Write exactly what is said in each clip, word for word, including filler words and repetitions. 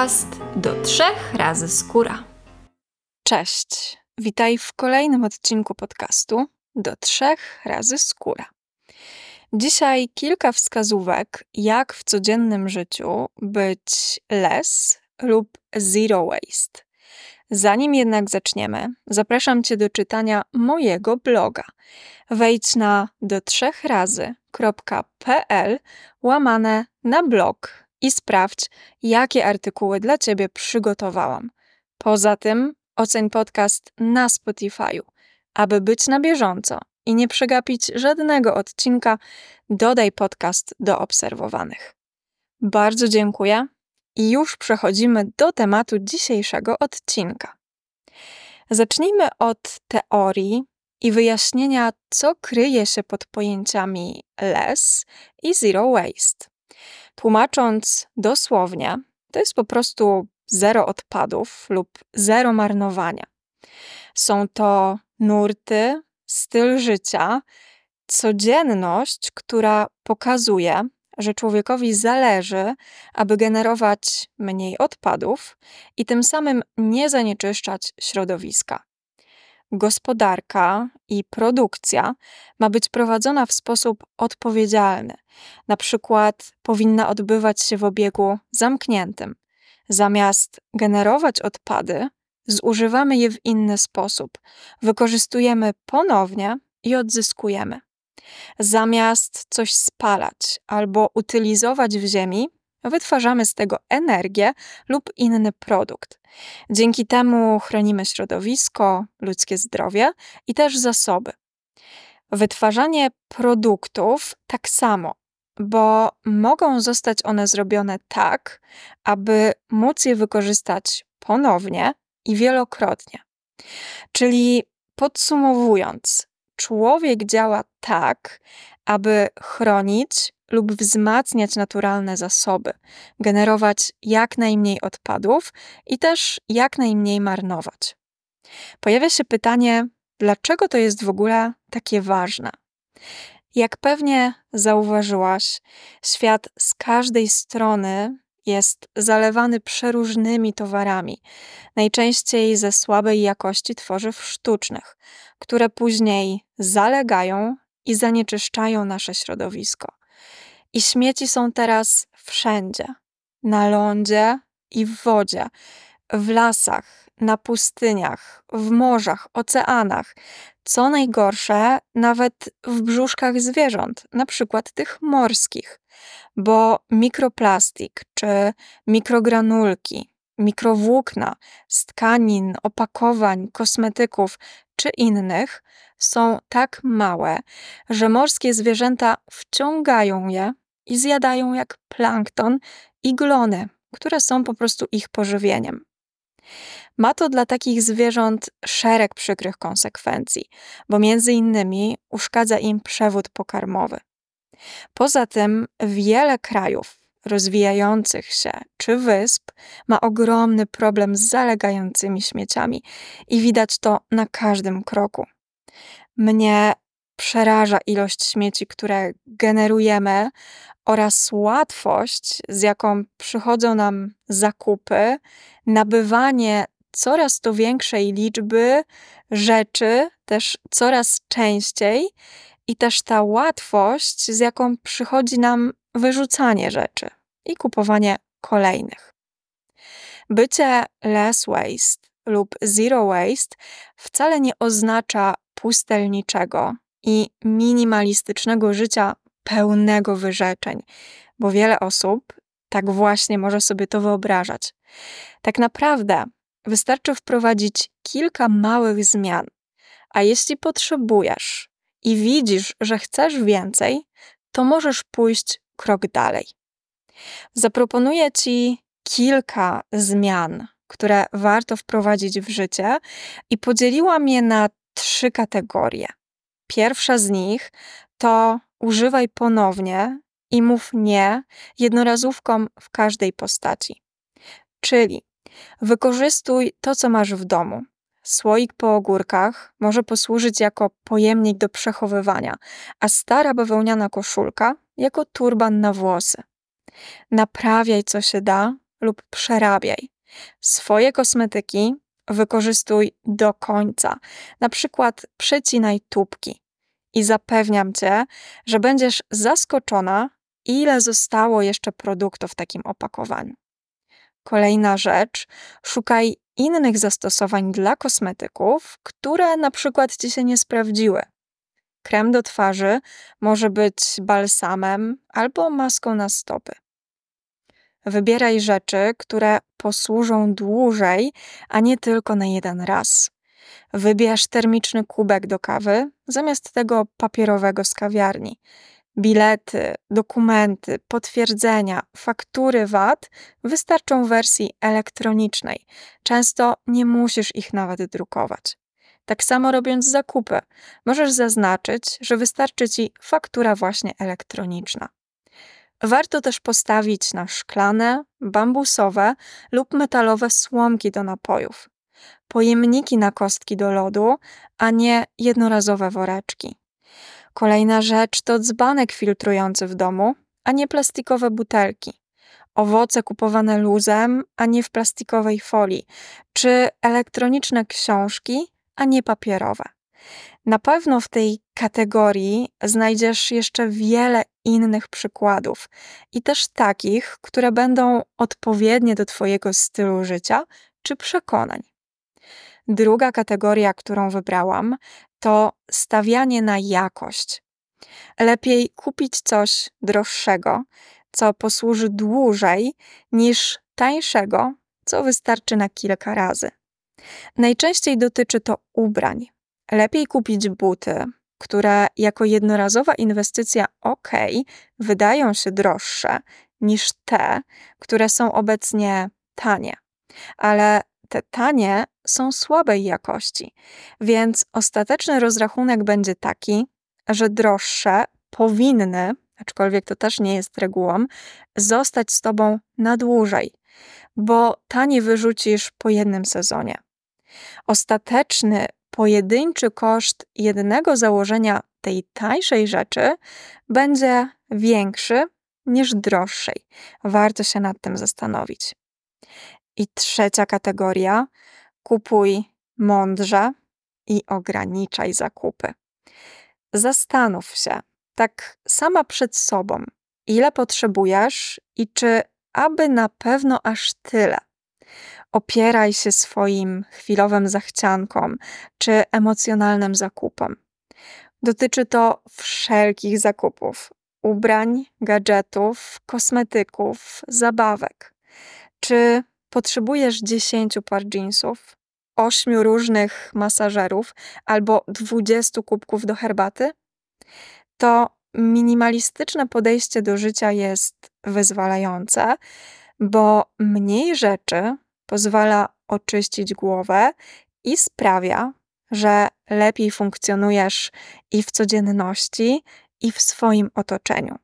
podcast do trzech razy skóra. Cześć, witaj w kolejnym odcinku podcastu do trzech razy skóra. Dzisiaj kilka wskazówek, jak w codziennym życiu być less lub zero waste. Zanim jednak zaczniemy, zapraszam Cię do czytania mojego bloga. Wejdź na do trzech razy kropka p l łamane na blog i sprawdź, jakie artykuły dla Ciebie przygotowałam. Poza tym oceń podcast na Spotify'u. Aby być na bieżąco i nie przegapić żadnego odcinka, dodaj podcast do obserwowanych. Bardzo dziękuję i już przechodzimy do tematu dzisiejszego odcinka. Zacznijmy od teorii i wyjaśnienia, co kryje się pod pojęciami less i zero waste. Tłumacząc dosłownie, to jest po prostu zero odpadów lub zero marnowania. Są to nurty, styl życia, codzienność, która pokazuje, że człowiekowi zależy, aby generować mniej odpadów i tym samym nie zanieczyszczać środowiska. Gospodarka i produkcja ma być prowadzona w sposób odpowiedzialny. Na przykład powinna odbywać się w obiegu zamkniętym. Zamiast generować odpady, zużywamy je w inny sposób. Wykorzystujemy ponownie i odzyskujemy. Zamiast coś spalać albo utylizować w ziemi, wytwarzamy z tego energię lub inny produkt. Dzięki temu chronimy środowisko, ludzkie zdrowie i też zasoby. Wytwarzanie produktów tak samo, bo mogą zostać one zrobione tak, aby móc je wykorzystać ponownie i wielokrotnie. Czyli podsumowując, człowiek działa tak, aby chronić lub wzmacniać naturalne zasoby, generować jak najmniej odpadów i też jak najmniej marnować. Pojawia się pytanie, dlaczego to jest w ogóle takie ważne? Jak pewnie zauważyłaś, świat z każdej strony jest zalewany przeróżnymi towarami, najczęściej ze słabej jakości tworzyw sztucznych, które później zalegają i zanieczyszczają nasze środowisko. I śmieci są teraz wszędzie, na lądzie i w wodzie, w lasach, na pustyniach, w morzach, oceanach. Co najgorsze, nawet w brzuszkach zwierząt, na przykład tych morskich, bo mikroplastik czy mikrogranulki, mikrowłókna z tkanin, opakowań, kosmetyków czy innych są tak małe, że morskie zwierzęta wciągają je i zjadają jak plankton i glony, które są po prostu ich pożywieniem. Ma to dla takich zwierząt szereg przykrych konsekwencji, bo między innymi uszkadza im przewód pokarmowy. Poza tym wiele krajów rozwijających się czy wysp ma ogromny problem z zalegającymi śmieciami i widać to na każdym kroku. Mnie przeraża ilość śmieci, które generujemy oraz łatwość, z jaką przychodzą nam zakupy, nabywanie coraz to większej liczby rzeczy, też coraz częściej i też ta łatwość, z jaką przychodzi nam wyrzucanie rzeczy i kupowanie kolejnych. Bycie less waste lub zero waste wcale nie oznacza pustelniczego i minimalistycznego życia pełnego wyrzeczeń, bo wiele osób tak właśnie może sobie to wyobrażać. Tak naprawdę wystarczy wprowadzić kilka małych zmian, a jeśli potrzebujesz i widzisz, że chcesz więcej, to możesz pójść krok dalej. Zaproponuję Ci kilka zmian, które warto wprowadzić w życie i podzieliłam je na trzy kategorie. Pierwsza z nich to używaj ponownie i mów nie jednorazówkom w każdej postaci. Czyli wykorzystuj to, co masz w domu. Słoik po ogórkach może posłużyć jako pojemnik do przechowywania, a stara bawełniana koszulka jako turban na włosy. Naprawiaj, co się da, lub przerabiaj. Swoje kosmetyki wykorzystuj do końca. Na przykład przecinaj tubki. I zapewniam Cię, że będziesz zaskoczona, ile zostało jeszcze produktu w takim opakowaniu. Kolejna rzecz, szukaj innych zastosowań dla kosmetyków, które na przykład Ci się nie sprawdziły. Krem do twarzy może być balsamem albo maską na stopy. Wybieraj rzeczy, które posłużą dłużej, a nie tylko na jeden raz. Wybierz termiczny kubek do kawy zamiast tego papierowego z kawiarni. Bilety, dokumenty, potwierdzenia, faktury V A T wystarczą w wersji elektronicznej. Często nie musisz ich nawet drukować. Tak samo robiąc zakupy, możesz zaznaczyć, że wystarczy Ci faktura właśnie elektroniczna. Warto też postawić na szklane, bambusowe lub metalowe słomki do napojów, pojemniki na kostki do lodu, a nie jednorazowe woreczki. Kolejna rzecz to dzbanek filtrujący w domu, a nie plastikowe butelki. Owoce kupowane luzem, a nie w plastikowej folii, czy elektroniczne książki, a nie papierowe. Na pewno w tej kategorii znajdziesz jeszcze wiele innych przykładów i też takich, które będą odpowiednie do Twojego stylu życia czy przekonań. Druga kategoria, którą wybrałam, to stawianie na jakość. Lepiej kupić coś droższego, co posłuży dłużej, niż tańszego, co wystarczy na kilka razy. Najczęściej dotyczy to ubrań. Lepiej kupić buty, które jako jednorazowa inwestycja ok, wydają się droższe niż te, które są obecnie tanie. Ale te tanie są słabej jakości, więc ostateczny rozrachunek będzie taki, że droższe powinny, aczkolwiek to też nie jest regułą, zostać z Tobą na dłużej, bo tanie wyrzucisz po jednym sezonie. Ostateczny, pojedynczy koszt jednego założenia tej tańszej rzeczy będzie większy niż droższej. Warto się nad tym zastanowić. I trzecia kategoria, kupuj mądrze i ograniczaj zakupy. Zastanów się, tak sama przed sobą, ile potrzebujesz i czy aby na pewno aż tyle. Opieraj się swoim chwilowym zachciankom czy emocjonalnym zakupom. Dotyczy to wszelkich zakupów, ubrań, gadżetów, kosmetyków, zabawek. Czy potrzebujesz dziesięciu par dżinsów, ośmiu różnych masażerów albo dwudziestu kubków do herbaty? To minimalistyczne podejście do życia jest wyzwalające, bo mniej rzeczy pozwala oczyścić głowę i sprawia, że lepiej funkcjonujesz i w codzienności, i w swoim otoczeniu.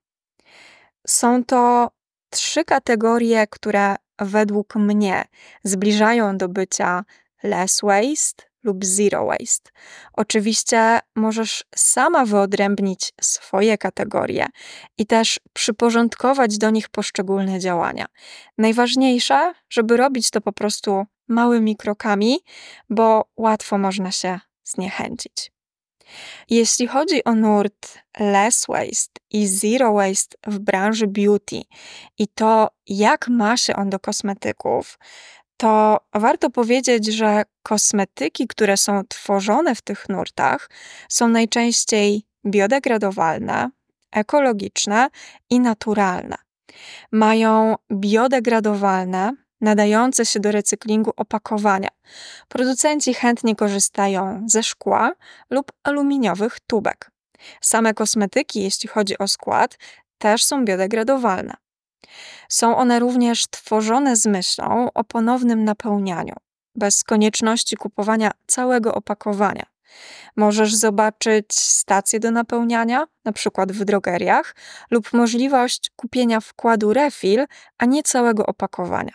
Są to trzy kategorie, które według mnie zbliżają do bycia less waste lub zero waste. Oczywiście możesz sama wyodrębnić swoje kategorie i też przyporządkować do nich poszczególne działania. Najważniejsze, żeby robić to po prostu małymi krokami, bo łatwo można się zniechęcić. Jeśli chodzi o nurt less waste i zero waste w branży beauty i to, jak ma się on do kosmetyków, to warto powiedzieć, że kosmetyki, które są tworzone w tych nurtach, są najczęściej biodegradowalne, ekologiczne i naturalne. Mają biodegradowalne, nadające się do recyklingu opakowania. Producenci chętnie korzystają ze szkła lub aluminiowych tubek. Same kosmetyki, jeśli chodzi o skład, też są biodegradowalne. Są one również tworzone z myślą o ponownym napełnianiu, bez konieczności kupowania całego opakowania. Możesz zobaczyć stacje do napełniania, na przykład w drogeriach, lub możliwość kupienia wkładu refill, a nie całego opakowania.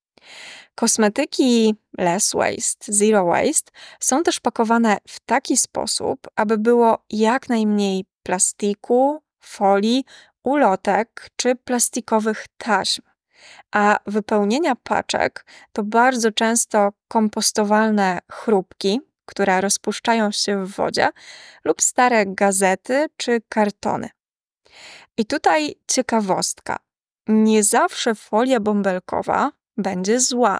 Kosmetyki less waste, zero waste są też pakowane w taki sposób, aby było jak najmniej plastiku, folii, ulotek czy plastikowych taśm. A wypełnienia paczek to bardzo często kompostowalne chrupki, które rozpuszczają się w wodzie, lub stare gazety czy kartony. I tutaj ciekawostka. Nie zawsze folia bąbelkowa będzie zła.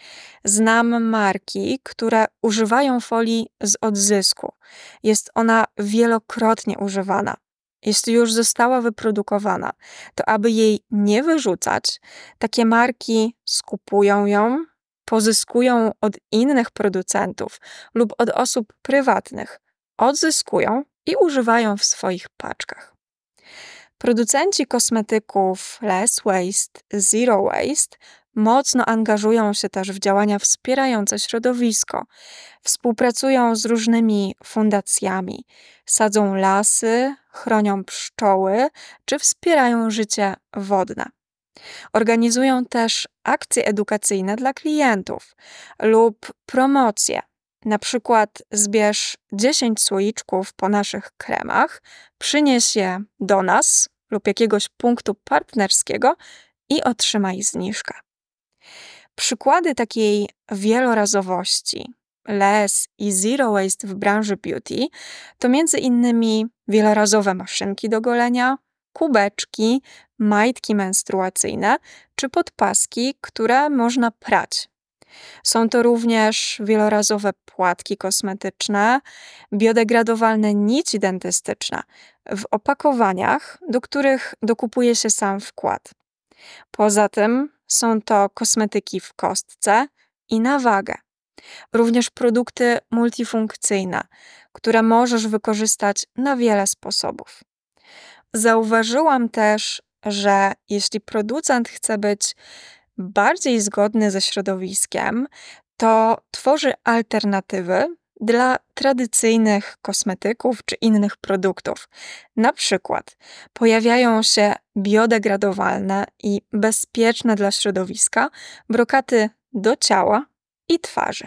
Znam marki, które używają folii z odzysku. Jest ona wielokrotnie używana. Jeśli już została wyprodukowana, to aby jej nie wyrzucać, takie marki skupują ją, pozyskują od innych producentów lub od osób prywatnych, odzyskują i używają w swoich paczkach. Producenci kosmetyków Less Waste, Zero Waste mocno angażują się też w działania wspierające środowisko. Współpracują z różnymi fundacjami, sadzą lasy, chronią pszczoły czy wspierają życie wodne. Organizują też akcje edukacyjne dla klientów lub promocje. Na przykład zbierz dziesięć słoiczków po naszych kremach, przynieś je do nas lub jakiegoś punktu partnerskiego i otrzymaj zniżkę. Przykłady takiej wielorazowości, less i zero waste w branży beauty to między innymi wielorazowe maszynki do golenia, kubeczki, majtki menstruacyjne czy podpaski, które można prać. Są to również wielorazowe płatki kosmetyczne, biodegradowalne nici dentystyczne w opakowaniach, do których dokupuje się sam wkład. Poza tym są to kosmetyki w kostce i na wagę. Również produkty multifunkcyjne, które możesz wykorzystać na wiele sposobów. Zauważyłam też, że jeśli producent chce być bardziej zgodny ze środowiskiem, to tworzy alternatywy dla tradycyjnych kosmetyków czy innych produktów. Na przykład pojawiają się biodegradowalne i bezpieczne dla środowiska brokaty do ciała i twarzy.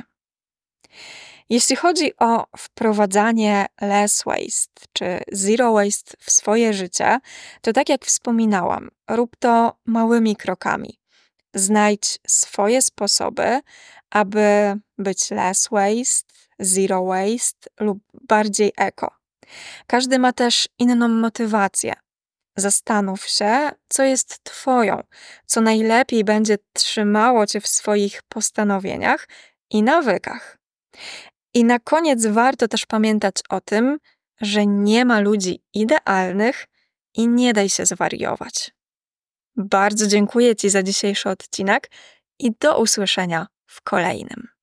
Jeśli chodzi o wprowadzanie less waste czy zero waste w swoje życie, to tak jak wspominałam, rób to małymi krokami. Znajdź swoje sposoby, aby być less waste, zero waste lub bardziej eko. Każdy ma też inną motywację. Zastanów się, co jest twoją, co najlepiej będzie trzymało cię w swoich postanowieniach i nawykach. I na koniec warto też pamiętać o tym, że nie ma ludzi idealnych i nie daj się zwariować. Bardzo dziękuję ci za dzisiejszy odcinek i do usłyszenia w kolejnym.